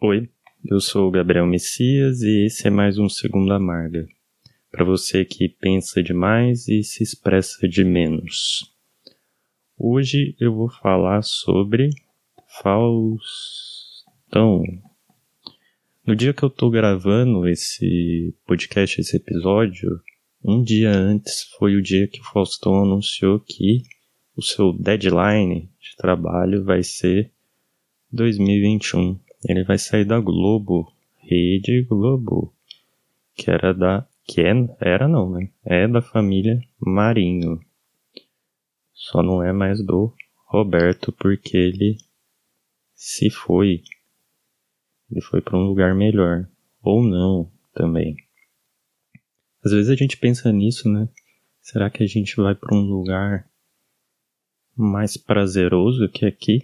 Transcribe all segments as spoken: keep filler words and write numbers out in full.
Oi, eu sou o Gabriel Messias e esse é mais um Segunda Amarga, para você que pensa demais e se expressa de menos. Hoje eu vou falar sobre Faustão. No dia que eu tô gravando esse podcast, esse episódio, um dia antes foi o dia que o Faustão anunciou que o seu deadline de trabalho vai ser dois mil e vinte e um. Ele vai sair da Globo, Rede Globo, que era da... que é, era não, né? É da família Marinho. Só não é mais do Roberto, porque ele se foi. Ele foi para um lugar melhor. Ou não, também. Às vezes a gente pensa nisso, né? Será que a gente vai para um lugar mais prazeroso que aqui?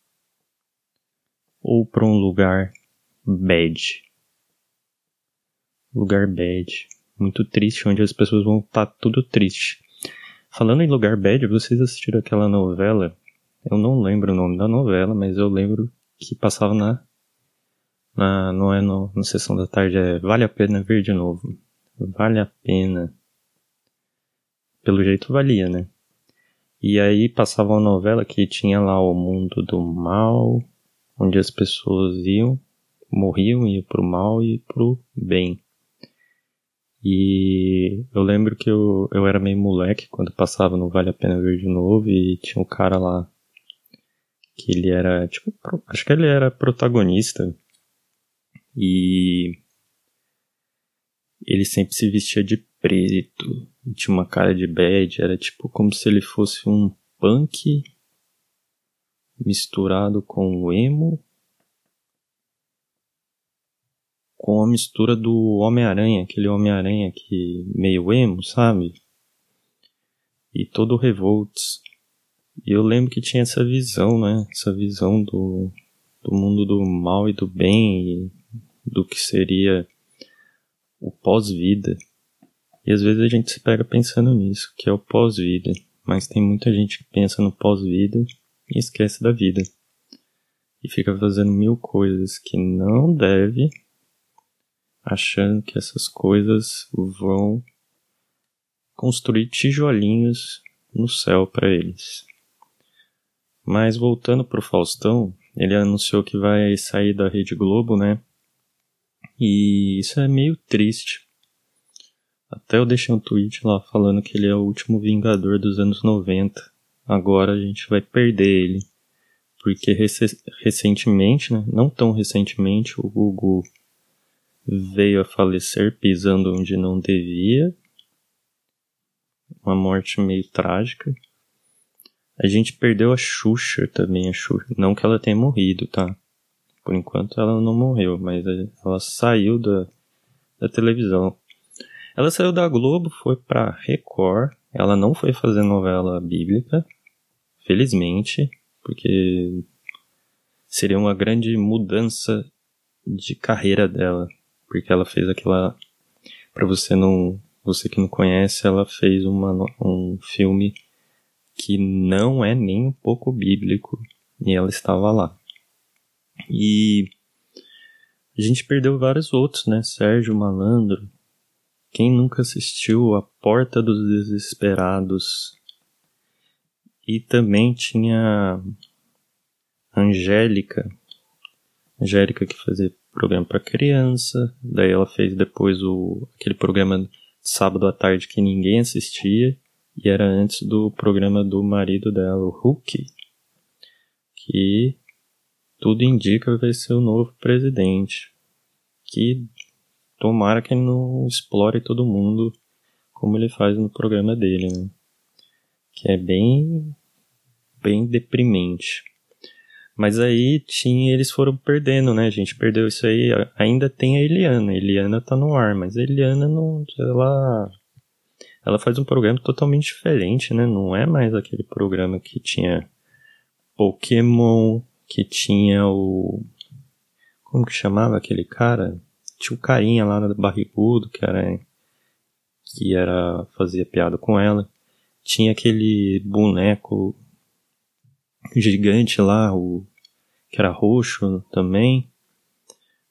Ou para um lugar bad? Lugar bad. Muito triste, onde as pessoas vão estar tudo triste. Falando em lugar bad, vocês assistiram aquela novela? Eu não lembro o nome da novela, mas eu lembro que passava na... na não é no, na sessão da tarde, é Vale a Pena Ver de Novo. Vale a pena. Pelo jeito valia, né? E aí passava uma novela que tinha lá o mundo do mal, onde as pessoas iam, morriam, iam pro mal e pro bem. E eu lembro que eu, eu era meio moleque quando passava no Vale a Pena Ver de Novo e tinha um cara lá que ele era, tipo, acho que ele era protagonista e ele sempre se vestia de preto e tinha uma cara de bad, era tipo como se ele fosse um punk misturado com emo, com a mistura do Homem-Aranha, aquele Homem-Aranha que meio emo, sabe? E todo revolts. E eu lembro que tinha essa visão, né? Essa visão do, do mundo do mal e do bem, e do que seria o pós-vida. E às vezes a gente se pega pensando nisso, que é o pós-vida. Mas tem muita gente que pensa no pós-vida e esquece da vida. E fica fazendo mil coisas que não deve, achando que essas coisas vão construir tijolinhos no céu para eles. Mas voltando pro Faustão, ele anunciou que vai sair da Rede Globo, né? E isso é meio triste. Até eu deixei um tweet lá falando que ele é o último Vingador dos anos noventa. Agora a gente vai perder ele. Porque rec- recentemente, né? Não tão recentemente, o Gugu veio a falecer pisando onde não devia. Uma morte meio trágica. A gente perdeu a Xuxa também, a Xuxa. Não que ela tenha morrido, tá? Por enquanto ela não morreu, mas ela saiu da, da televisão. Ela saiu da Globo, foi pra Record. Ela não foi fazer novela bíblica, felizmente, porque seria uma grande mudança de carreira dela. Porque ela fez aquela... Pra você não... Você que não conhece, ela fez uma, um filme que não é nem um pouco bíblico. E ela estava lá. E a gente perdeu vários outros, né? Sérgio Malandro. Quem nunca assistiu A Porta dos Desesperados? E também tinha Angélica. Angélica que fazia programa para criança. Daí ela fez depois o, aquele programa de sábado à tarde que ninguém assistia. E era antes do programa do marido dela, o Hulk. Que tudo indica vai ser o novo presidente. Que tomara que ele não explore todo mundo como ele faz no programa dele, né? Que é bem, bem deprimente. Mas aí tinha, eles foram perdendo, né? A gente perdeu isso aí. Ainda tem a Eliana. A Eliana tá no ar, mas a Eliana não... Ela, ela faz um programa totalmente diferente, né? Não é mais aquele programa que tinha Pokémon, que tinha o... Como que chamava aquele cara? Tinha o carinha lá no barrigudo, que era... Que era... Fazia piada com ela. Tinha aquele boneco gigante lá, o... Que era roxo também.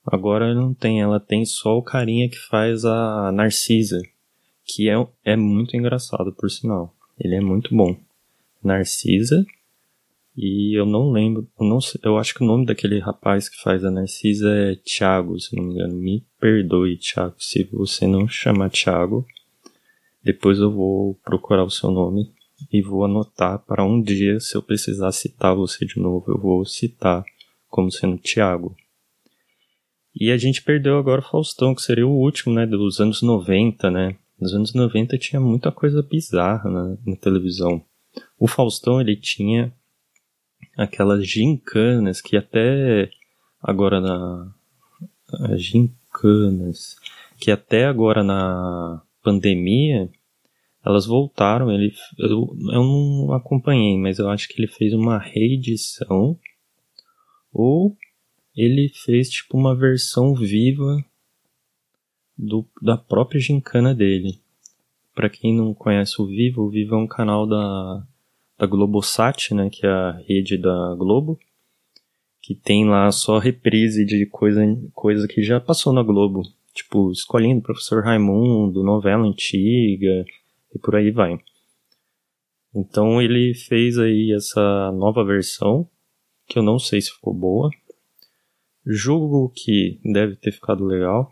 Agora não tem, ela tem só o carinha que faz a Narcisa, que é, é muito engraçado, por sinal. Ele é muito bom. Narcisa, e eu não lembro, eu, não sei, eu acho que o nome daquele rapaz que faz a Narcisa é Thiago, se não me engano. Me perdoe, Thiago, se você não chamar Thiago, depois eu vou procurar o seu nome e vou anotar para um dia, se eu precisar citar você de novo, eu vou citar como sendo Thiago. E a gente perdeu agora o Faustão, que seria o último, né, dos anos noventa, né? Nos anos noventa tinha muita coisa bizarra na, na televisão. O Faustão, ele tinha aquelas gincanas que até agora na... Gincanas... Que até agora na pandemia, elas voltaram. Ele, eu, eu não acompanhei, mas eu acho que ele fez uma reedição. Ou ele fez tipo uma versão viva do, da própria gincana dele. Pra quem não conhece o Vivo, o Vivo é um canal da, da Globosat, né, que é a rede da Globo, que tem lá só reprise de coisa, coisa que já passou na Globo, tipo Escolinha do Professor Raimundo, novela antiga e por aí vai. Então ele fez aí essa nova versão, que eu não sei se ficou boa. Julgo que deve ter ficado legal,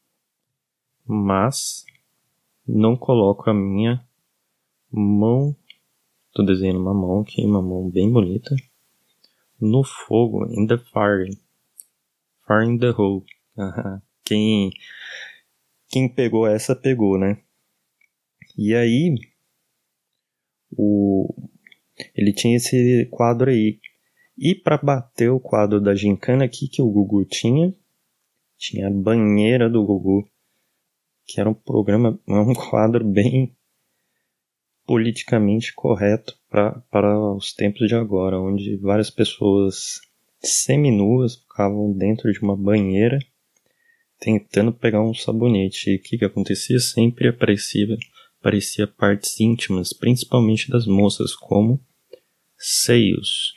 mas não coloco a minha mão, tô desenhando uma mão aqui, uma mão bem bonita, no fogo, in the fire, fire in the hole. quem, quem pegou essa, pegou, né? E aí, o, ele tinha esse quadro aí. E para bater o quadro da gincana aqui que o Gugu tinha, tinha a banheira do Gugu, que era um programa, um quadro bem politicamente correto pra, para os tempos de agora, onde várias pessoas seminuas ficavam dentro de uma banheira tentando pegar um sabonete. E o que, que acontecia? Sempre aparecia, aparecia partes íntimas, principalmente das moças, como seios.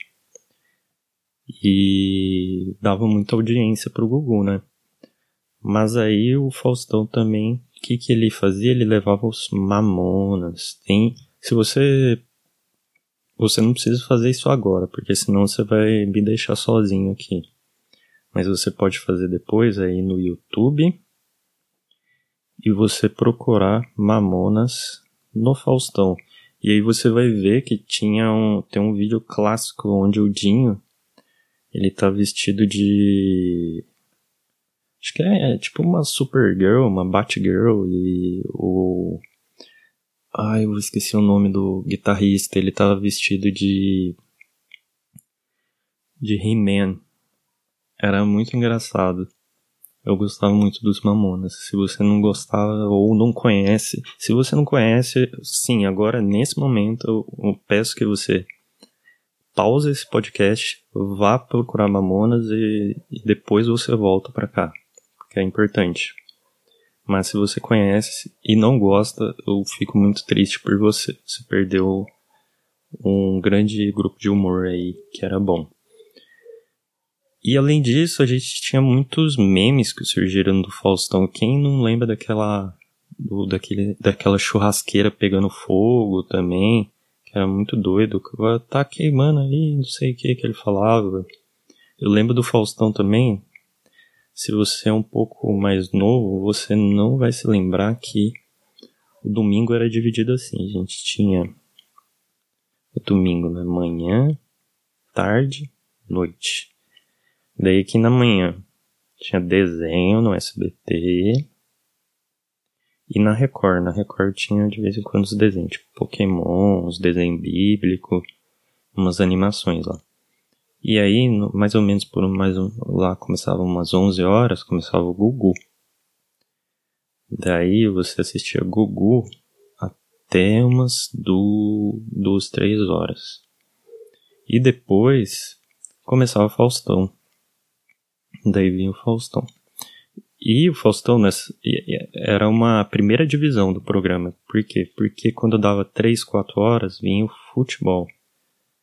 E dava muita audiência pro Gugu, né? Mas aí o Faustão também, o que, que ele fazia? Ele levava os Mamonas. Tem, se você... Você não precisa fazer isso agora, porque senão você vai me deixar sozinho aqui. Mas você pode fazer depois aí no YouTube e você procurar Mamonas no Faustão. E aí você vai ver que tinha um, tem um vídeo clássico onde o Dinho, ele tá vestido de... Acho que é, é tipo uma Supergirl, uma Batgirl, e o... Ai, eu esqueci o nome do guitarrista, ele tava vestido de... de He-Man. Era muito engraçado. Eu gostava muito dos Mamonas. Se você não gostava ou não conhece... Se você não conhece, sim, agora nesse momento eu, eu peço que você pausa esse podcast, vá procurar Mamonas e, e depois você volta pra cá, porque é importante. Mas se você conhece e não gosta, eu fico muito triste por você. Você perdeu um grande grupo de humor aí, que era bom. E além disso, a gente tinha muitos memes que surgiram do Faustão. Quem não lembra daquela, do, daquele, daquela churrasqueira pegando fogo também? Era muito doido, tá queimando aí, não sei o que que ele falava. Eu lembro do Faustão também. Se você é um pouco mais novo, você não vai se lembrar que o domingo era dividido assim. A gente tinha o domingo na manhã, tarde, noite. Daí aqui na manhã tinha desenho no S B T e na Record. Na Record tinha de vez em quando os desenhos, tipo Pokémon, os desenhos bíblicos, umas animações lá. E aí, mais ou menos por mais um, lá começava umas onze horas, começava o Gugu. Daí você assistia Gugu até umas du, duas, três horas. E depois começava o Faustão. Daí vinha o Faustão. E o Faustão nessa, era uma primeira divisão do programa. Por quê? Porque quando dava três, quatro horas, vinha o futebol.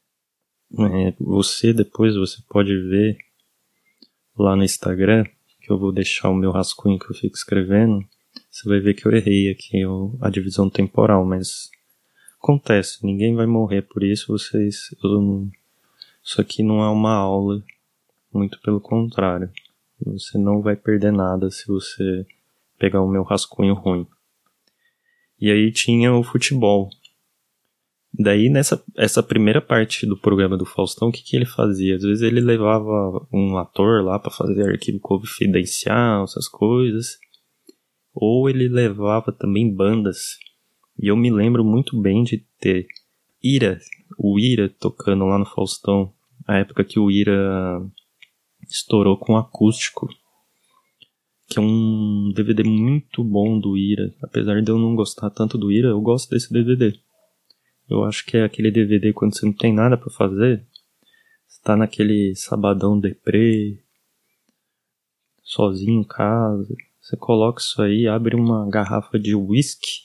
É, você depois você pode ver lá no Instagram, que que eu vou deixar o meu rascunho que eu fico escrevendo, você vai ver que eu errei aqui eu, a divisão temporal, mas acontece, ninguém vai morrer por isso, vocês... Eu, isso aqui não é uma aula, muito pelo contrário. Você não vai perder nada se você pegar o meu rascunho ruim. E aí tinha o futebol. Daí, nessa essa primeira parte do programa do Faustão, o que, que ele fazia? Às vezes ele levava um ator lá pra fazer arquivo confidencial, essas coisas. Ou ele levava também bandas. E eu me lembro muito bem de ter Ira, o Ira tocando lá no Faustão. A época que o Ira estourou com acústico. Que é um D V D muito bom do Ira. Apesar de eu não gostar tanto do Ira, eu gosto desse D V D. Eu acho que é aquele D V D quando você não tem nada pra fazer. Você tá naquele sabadão deprê, sozinho em casa. Você coloca isso aí, abre uma garrafa de whisky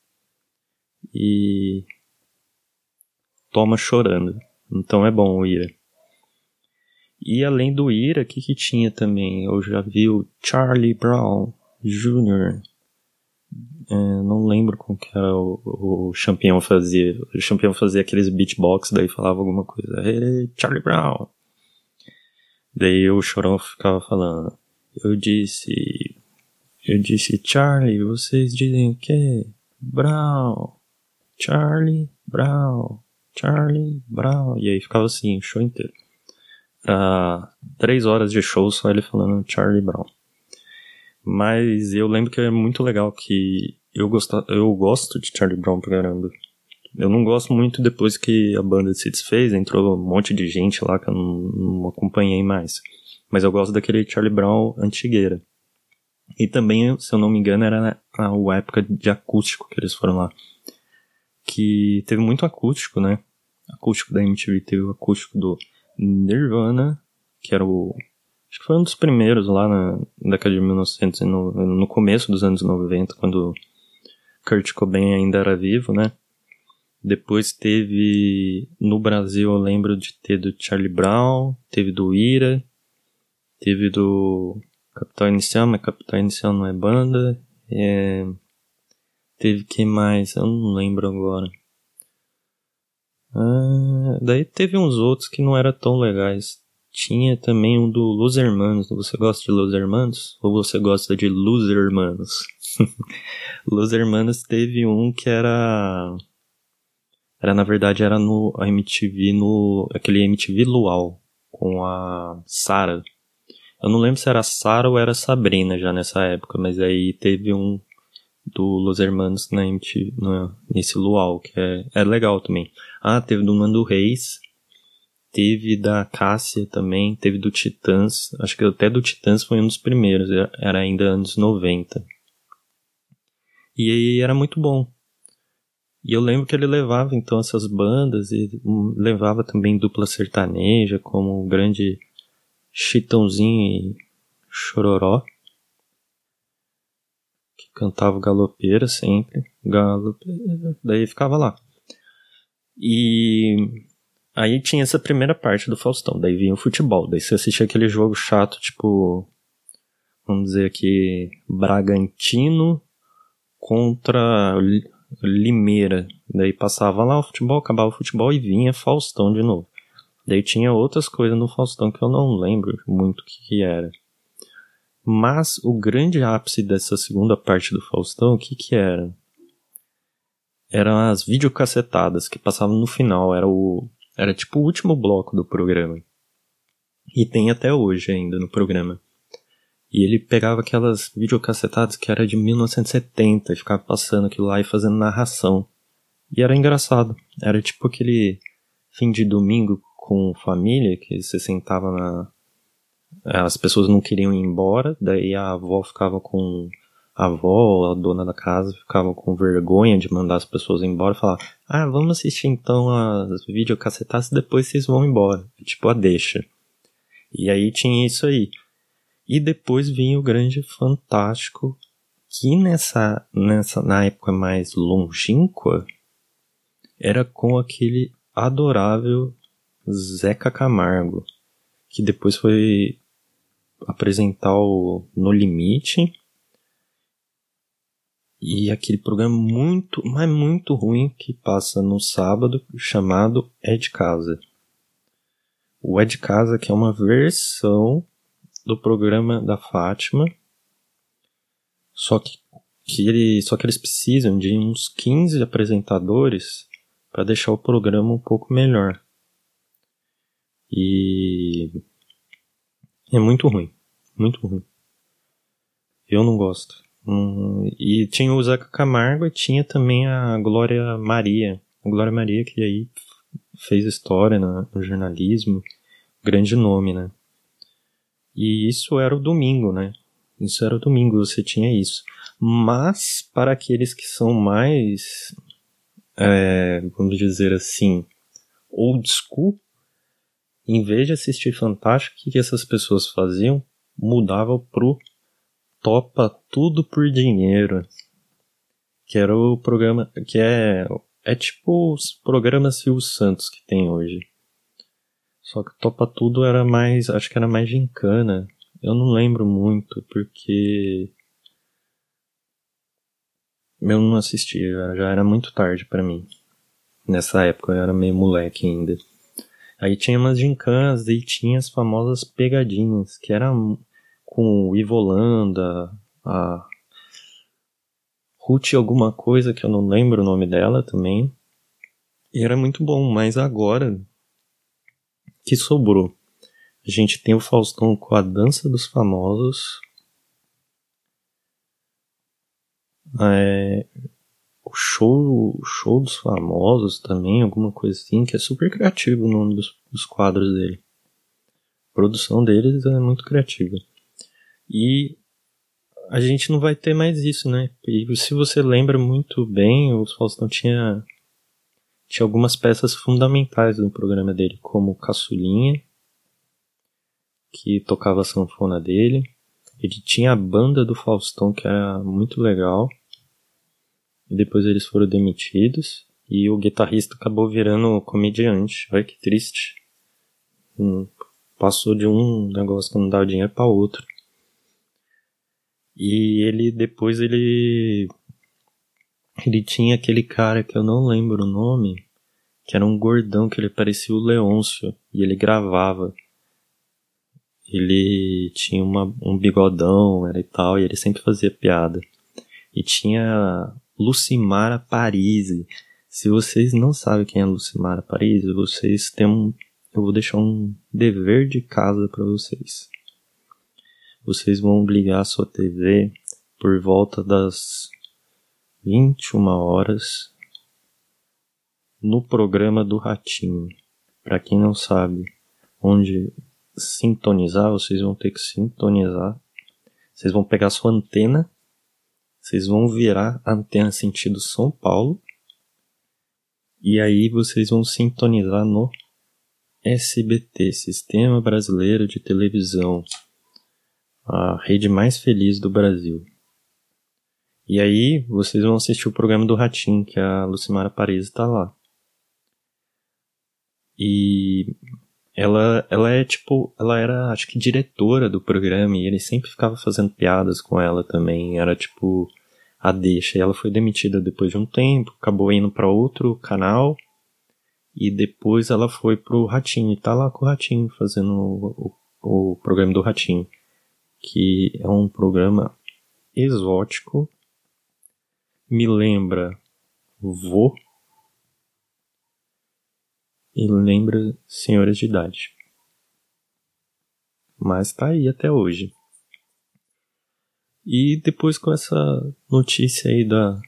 e toma chorando. Então é bom o Ira. E além do Ira, o que que tinha também? Eu já vi o Charlie Brown Júnior É, não lembro como que era o, o Champião fazia. O Champião fazia aqueles beatbox, daí falava alguma coisa. Hey, Charlie Brown! Daí o Chorão ficava falando. Eu disse... Eu disse, Charlie, vocês dizem o quê? Brown. Charlie Brown. Charlie Brown. E aí ficava assim, o show inteiro. Era três horas de show só ele falando Charlie Brown. Mas eu lembro que é muito legal que eu, gosto, eu gosto de Charlie Brown pra caramba. Eu não gosto muito depois que a banda se desfez, entrou um monte de gente lá que eu não, não acompanhei mais. Mas eu gosto daquele Charlie Brown antigueira. E também, se eu não me engano, era a, a época de acústico que eles foram lá. Que teve muito acústico, né? Acústico da M T V, teve o acústico do Nirvana, que era o... Acho que foi um dos primeiros lá na década de mil e novecentos, no, no começo dos anos noventa, quando Kurt Cobain ainda era vivo, né? Depois teve, no Brasil eu lembro de ter do Charlie Brown, teve do Ira, teve do Capital Inicial, mas Capital Inicial não é banda. É, teve quem mais? Eu não lembro agora. Ah, daí teve uns outros que não eram tão legais. Tinha também um do Los Hermanos. Você gosta de Los Hermanos? Ou você gosta de Los Hermanos? Los Hermanos teve um que era... Era, na verdade, era no a M T V, no... Aquele M T V Luau, com a Sarah. Eu não lembro se era a Sarah ou era a Sabrina já nessa época, mas aí teve um do Los Hermanos na M T V, no, nesse Luau, que é, é legal também. Ah, teve do Nando Reis. Teve da Cássia também, teve do Titãs, acho que até do Titãs foi um dos primeiros, era ainda anos noventa. E aí era muito bom. E eu lembro que ele levava então essas bandas, e levava também dupla sertaneja, como o grande Chitãozinho e Chororó, que cantava galopeira sempre, galopeira, daí ficava lá. E... Aí tinha essa primeira parte do Faustão, daí vinha o futebol, daí você assistia aquele jogo chato, tipo, vamos dizer aqui, Bragantino contra Limeira. Daí passava lá o futebol, acabava o futebol e vinha Faustão de novo. Daí tinha outras coisas no Faustão que eu não lembro muito o que, que era. Mas o grande ápice dessa segunda parte do Faustão, o que que era? Eram as videocassetadas que passavam no final, era o... Era tipo o último bloco do programa. E tem até hoje ainda no programa. E ele pegava aquelas videocassetadas que era de mil novecentos e setenta e ficava passando aquilo lá e fazendo narração. E era engraçado. Era tipo aquele fim de domingo com família, que você sentava na... As pessoas não queriam ir embora, daí a avó ficava com... A avó, a dona da casa, ficava com vergonha de mandar as pessoas embora e falar: ah, vamos assistir então as videocassetadas e depois vocês vão embora. Tipo, a deixa. E aí tinha isso aí. E depois vinha o grande fantástico, que nessa, nessa, na época mais longínqua, era com aquele adorável Zeca Camargo, que depois foi apresentar o No Limite. E aquele programa muito, mas muito ruim que passa no sábado, chamado É de Casa. O É de Casa, que é uma versão do programa da Fátima, só que, que, ele, só que eles precisam de uns quinze apresentadores para deixar o programa um pouco melhor. E é muito ruim, muito ruim. Eu não gosto. Hum, e tinha o Zeca Camargo e tinha também a Glória Maria. A Glória Maria que aí fez história no, no jornalismo, grande nome, né? E isso era o domingo, né? Isso era o domingo, você tinha isso. Mas, para aqueles que são mais, é, vamos dizer assim, old school, em vez de assistir Fantástico, o que essas pessoas faziam? Mudavam pro Topa Tudo por Dinheiro, que era o programa, que é, é tipo os programas Silvio Santos que tem hoje. Só que Topa Tudo era mais, acho que era mais gincana. Eu não lembro muito, porque eu não assistia, já era muito tarde pra mim. Nessa época eu era meio moleque ainda. Aí tinha umas gincanas e tinha as famosas pegadinhas, que eram com o Ivolanda, a Ruth alguma coisa que eu não lembro o nome dela também. E era muito bom, mas agora que sobrou? A gente tem o Faustão com a Dança dos Famosos, é, o show, o show dos Famosos também, alguma coisa assim, que é super criativo o nome dos, dos quadros dele. A produção deles é muito criativa. E a gente não vai ter mais isso, né? E se você lembra muito bem, o Faustão tinha, tinha algumas peças fundamentais no programa dele, como o Caçulinha, que tocava a sanfona dele. Ele tinha a banda do Faustão, que era muito legal. E depois eles foram demitidos. E o guitarrista acabou virando comediante. Olha que triste. Hum, passou de um negócio que não dava dinheiro para outro. E ele, depois ele... Ele tinha aquele cara que eu não lembro o nome, que era um gordão, que ele parecia o Leôncio. E ele gravava. Ele tinha uma, um bigodão, era e tal, e ele sempre fazia piada. E tinha Lucimara Parisi. Se vocês não sabem quem é Lucimara Parisi, vocês têm um... Eu vou deixar um dever de casa para vocês. Vocês vão ligar a sua T V por volta das vinte e uma horas no programa do Ratinho. Para quem não sabe onde sintonizar, vocês vão ter que sintonizar. Vocês vão pegar sua antena, vocês vão virar a antena sentido São Paulo, e aí vocês vão sintonizar no S B T, Sistema Brasileiro de Televisão, a rede mais feliz do Brasil. E aí vocês vão assistir o programa do Ratinho, que a Lucimara Parisi tá lá. E ela, ela é tipo, ela era, acho que, diretora do programa, e ele sempre ficava fazendo piadas com ela também, era tipo a deixa. E ela foi demitida depois de um tempo, acabou indo para outro canal, e depois ela foi pro Ratinho, e tá lá com o Ratinho fazendo o, o, o programa do Ratinho, que é um programa exótico, me lembra Vô e lembra Senhoras de Idade, mas tá aí até hoje. E depois, com essa notícia aí da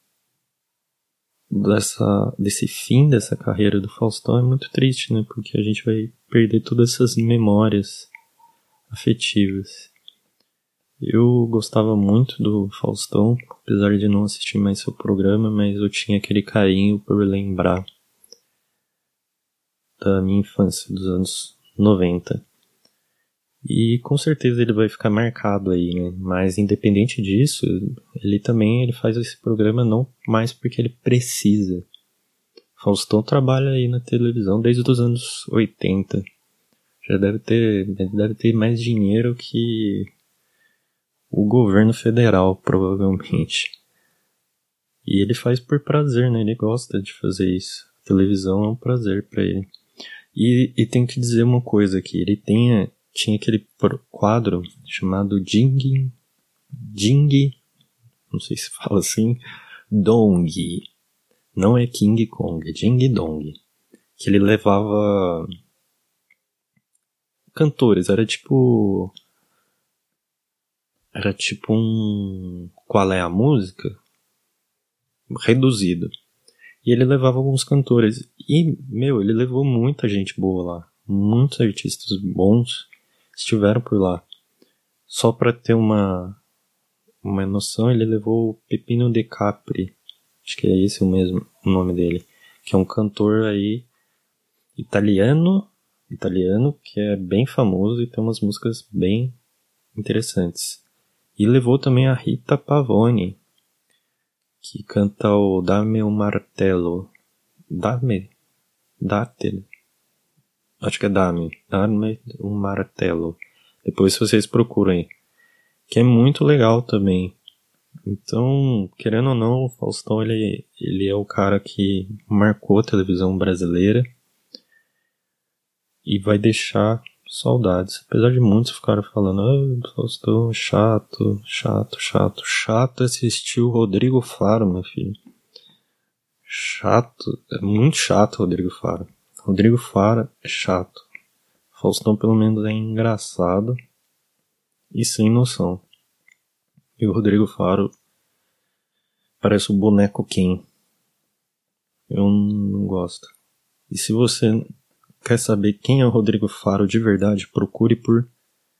dessa, desse fim dessa carreira do Faustão, é muito triste, né? Porque a gente vai perder todas essas memórias afetivas. Eu gostava muito do Faustão, apesar de não assistir mais seu programa, mas eu tinha aquele carinho por lembrar da minha infância, dos anos noventa. E com certeza ele vai ficar marcado aí, né? Mas independente disso, ele também ele faz esse programa não mais porque ele precisa. Faustão trabalha aí na televisão desde os anos oitenta. Já deve ter, deve ter mais dinheiro que o governo federal, provavelmente. E ele faz por prazer, né? Ele gosta de fazer isso. A televisão é um prazer pra ele. E, e tem que dizer uma coisa aqui. Ele tinha, tinha aquele quadro chamado Ding... Ding... Não sei se fala assim. Dong. Não é King Kong, é Ding Dong. Que ele levava cantores. Era tipo... Era tipo um... Qual é a música? Reduzido. E ele levava alguns cantores. E, meu, ele levou muita gente boa lá. Muitos artistas bons estiveram por lá. Só pra ter uma, uma noção, ele levou o Pepino De Capri. Acho que é esse o mesmo o nome dele. Que é um cantor aí italiano, italiano, que é bem famoso e tem umas músicas bem interessantes. E levou também a Rita Pavone, que canta o Dame un Martello. Dame? Date? Acho que é Dame. Dame un Martello. Depois vocês procuram aí. Que é muito legal também. Então, querendo ou não, o Faustão ele, ele é o cara que marcou a televisão brasileira e vai deixar saudades. Apesar de muitos ficaram falando, ah, Faustão, chato, chato, chato. Chato assistir o Rodrigo Faro, meu filho. Chato, é muito chato o Rodrigo Faro. Rodrigo Faro é chato. Faustão pelo menos é engraçado e sem noção. E o Rodrigo Faro parece o boneco Ken. Eu não gosto. E se você quer saber quem é o Rodrigo Faro de verdade, procure por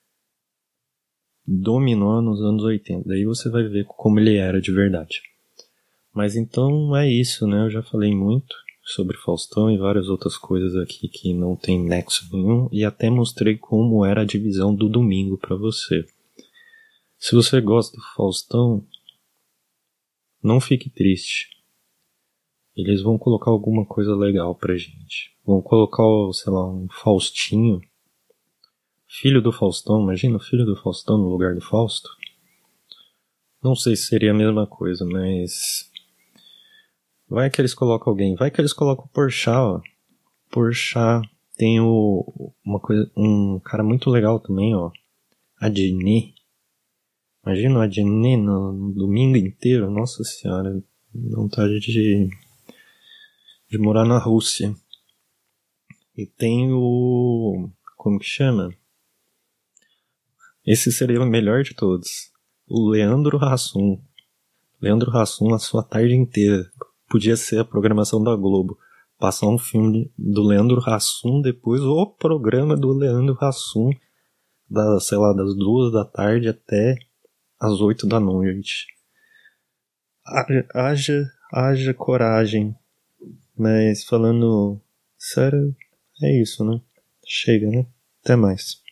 Dominó nos anos oitenta. Daí você vai ver como ele era de verdade. Mas então é isso, né? Eu já falei muito sobre Faustão e várias outras coisas aqui que não tem nexo nenhum. E até mostrei como era a divisão do domingo pra você. Se você gosta do Faustão, não fique triste. Eles vão colocar alguma coisa legal pra gente. Vão colocar, sei lá, um Faustinho. Filho do Faustão, imagina o filho do Faustão no lugar do Fausto. Não sei se seria a mesma coisa, mas... Vai que eles colocam alguém. Vai que eles colocam o Porchat, ó. Porchat tem o, uma coisa, um cara muito legal também, ó. Adnet. Imagina o Adnet no, no domingo inteiro. Nossa senhora. Vontade de, de morar na Rússia. E tem o... Como que chama? Esse seria o melhor de todos. O Leandro Hassum. Leandro Hassum a sua tarde inteira. Podia ser a programação da Globo. Passar um filme do Leandro Hassum, depois o programa do Leandro Hassum, da, sei lá, das duas da tarde até as oito da noite. Haja, haja, haja coragem. Mas falando sério, é isso, né? Chega, né? Até mais.